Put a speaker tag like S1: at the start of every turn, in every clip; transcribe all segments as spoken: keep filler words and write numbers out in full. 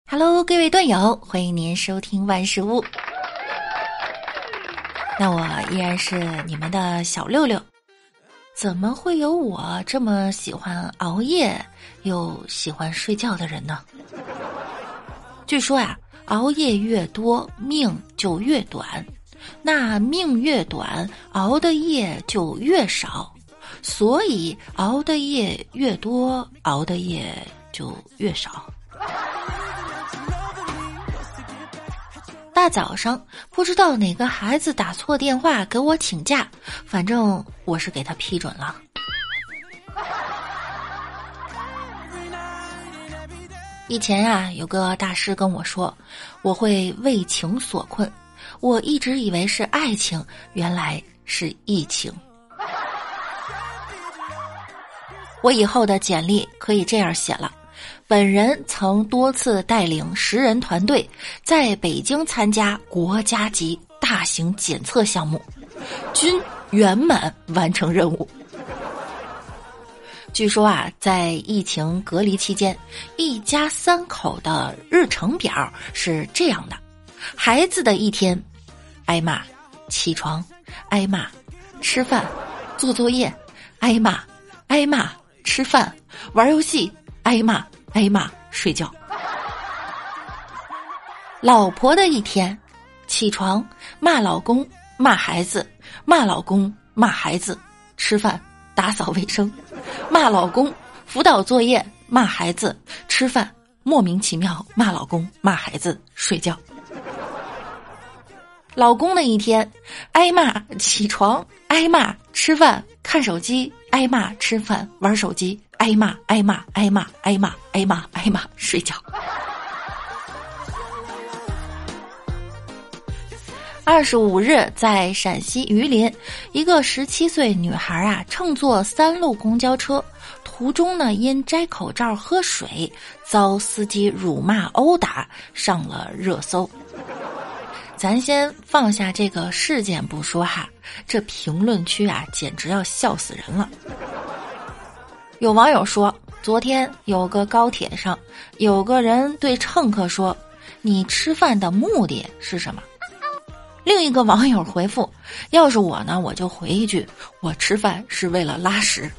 S1: Hello， 各位段友，欢迎您收听万事屋。那我依然是你们的小六六。怎么会有我这么喜欢熬夜又喜欢睡觉的人呢？据说啊，熬夜越多命就越短，那命越短，熬的夜就越少，所以熬的夜越多，熬的夜就越少。大早上不知道哪个孩子打错电话给我请假，反正我是给他批准了。以前啊，有个大师跟我说，我会为情所困，我一直以为是爱情，原来是疫情。我以后的简历可以这样写了：本人曾多次带领十人团队在北京参加国家级大型检测项目，均圆满完成任务。据说啊，在疫情隔离期间，一家三口的日程表是这样的：孩子的一天，挨骂，起床，挨骂，吃饭，做作业，挨骂，挨骂，吃饭，玩游戏，挨骂，挨骂，睡觉。老婆的一天，起床，骂老公，骂孩子，骂老公，骂孩子，吃饭，打扫卫生，骂老公，辅导作业，骂孩子，吃饭，莫名其妙骂老公，骂孩子，睡觉。老公的一天，挨骂，起床，挨骂，吃饭，看手机，挨骂，吃饭，玩手机，挨骂，挨骂，挨骂，挨骂，挨骂，挨骂，睡觉。二十五日，在陕西榆林，一个十七岁女孩啊，乘坐三路公交车，途中呢因摘口罩喝水，遭司机辱骂殴打，上了热搜。咱先放下这个事件不说哈，这评论区啊，简直要笑死人了。有网友说，昨天有个高铁上，有个人对乘客说：“你吃饭的目的是什么？”另一个网友回复：“要是我呢，我就回一句，我吃饭是为了拉屎。”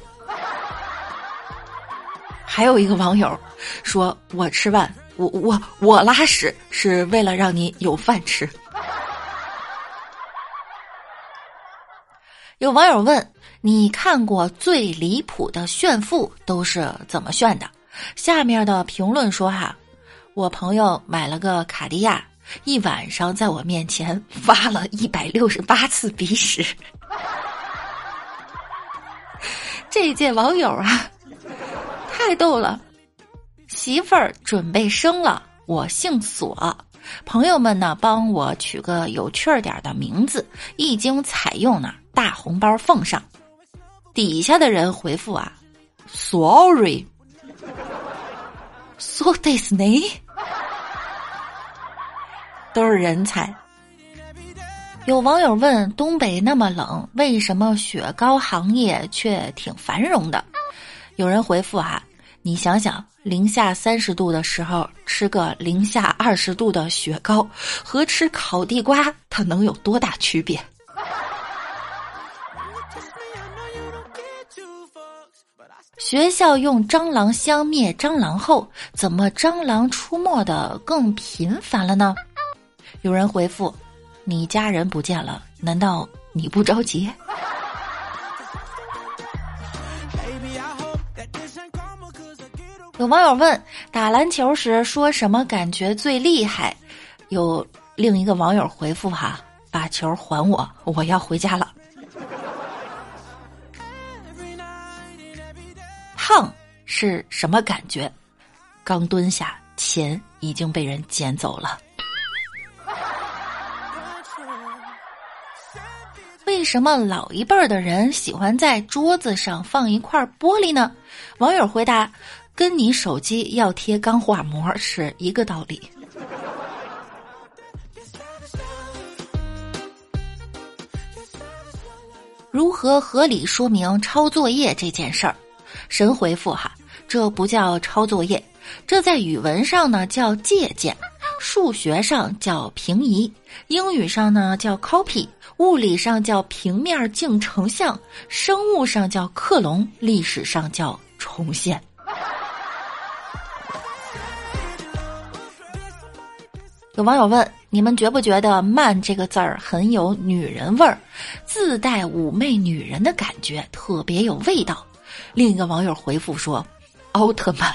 S1: 还有一个网友说：“我吃饭，我我我拉屎是为了让你有饭吃。”有网友问：“你看过最离谱的炫富都是怎么炫的？”下面的评论说哈：“我朋友买了个卡地亚，一晚上在我面前挖了一百六十八次鼻屎。”这届网友啊，太逗了。媳妇儿准备生了，我姓索，朋友们呢帮我取个有趣儿点的名字，一经采用呢，大红包奉上。底下的人回复啊 ，sorry， so this 呢，都是人才。有网友问，东北那么冷，为什么雪糕行业却挺繁荣的？有人回复哈、啊，你想想，零下三十度的时候吃个零下二十度的雪糕，和吃烤地瓜，它能有多大区别？学校用蟑螂香灭蟑螂后，怎么蟑螂出没的更频繁了呢？有人回复：你家人不见了，难道你不着急？有网友问，打篮球时说什么感觉最厉害？有另一个网友回复哈，把球还我，我要回家了。胖是什么感觉？刚蹲下，钱已经被人捡走了。为什么老一辈儿的人喜欢在桌子上放一块玻璃呢？网友回答，跟你手机要贴钢化膜是一个道理。如何合理说明抄作业这件事儿？神回复哈，这不叫抄作业， 这在语文上呢叫借鉴，数学上叫平移，英语上呢叫 copy， 物理上叫平面镜成像，生物上叫克隆，历史上叫重现。有网友问，你们觉不觉得慢这个字儿很有女人味儿，自带妩媚女人的感觉，特别有味道？另一个网友回复说，奥特曼。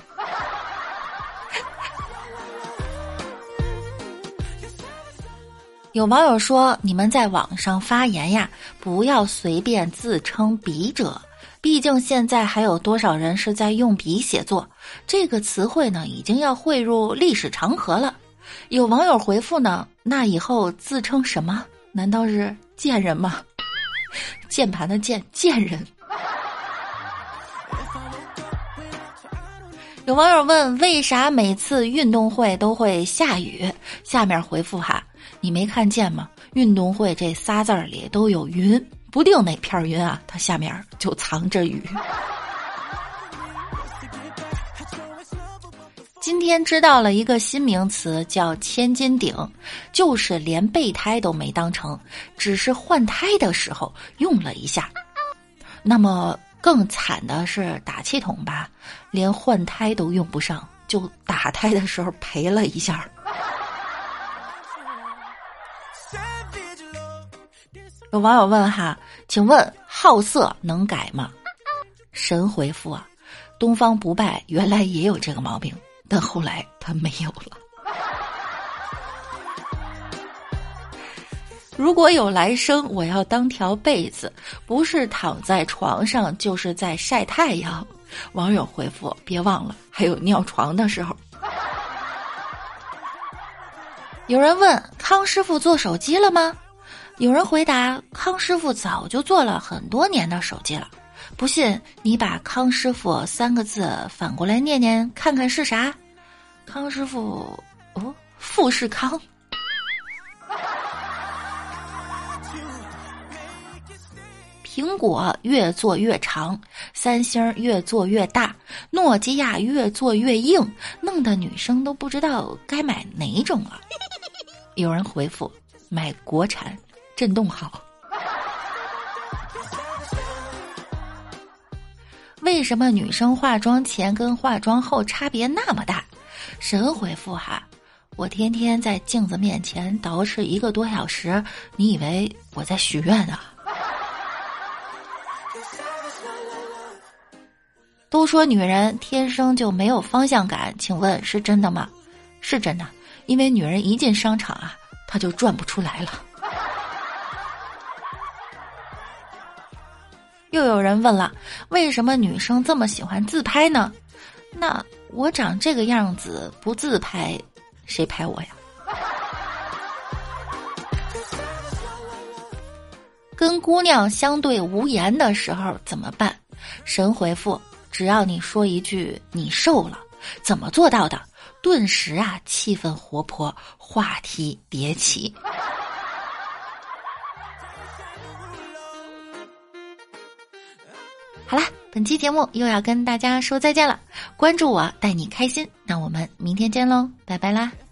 S1: 有网友说，你们在网上发言呀，不要随便自称笔者，毕竟现在还有多少人是在用笔写作，这个词汇呢已经要汇入历史长河了。有网友回复呢，那以后自称什么？难道是贱人吗？键盘的键，贱人。有网友问，为啥每次运动会都会下雨？下面回复哈，你没看见吗？运动会这仨字儿里都有云，不定哪片云啊，它下面就藏着雨。今天知道了一个新名词，叫千斤顶，就是连备胎都没当成，只是换胎的时候用了一下。那么更惨的是打气筒吧，连换胎都用不上，就打胎的时候赔了一下。有网友问哈，请问好色能改吗？神回复啊，东方不败原来也有这个毛病，但后来他没有了。如果有来生，我要当条被子，不是躺在床上就是在晒太阳。网友回复，别忘了还有尿床的时候。有人问，康师傅做手机了吗？有人回答，康师傅早就做了很多年的手机了。不信你把康师傅三个字反过来念念看看是啥？康师傅，哦，富士康。苹果越做越长，三星越做越大，诺基亚越做越硬，弄得女生都不知道该买哪种了。有人回复，买国产，震动好。为什么女生化妆前跟化妆后差别那么大？神回复哈，我天天在镜子面前捯饬一个多小时，你以为我在许愿啊？都说女人天生就没有方向感，请问是真的吗？是真的，因为女人一进商场啊，她就转不出来了。又有人问了，为什么女生这么喜欢自拍呢？那我长这个样子不自拍，谁拍我呀？跟姑娘相对无言的时候怎么办？神回复，只要你说一句你瘦了，怎么做到的？顿时啊，气氛活泼，话题迭起。好啦，本期节目又要跟大家说再见了，关注我，带你开心，那我们明天见喽，拜拜啦。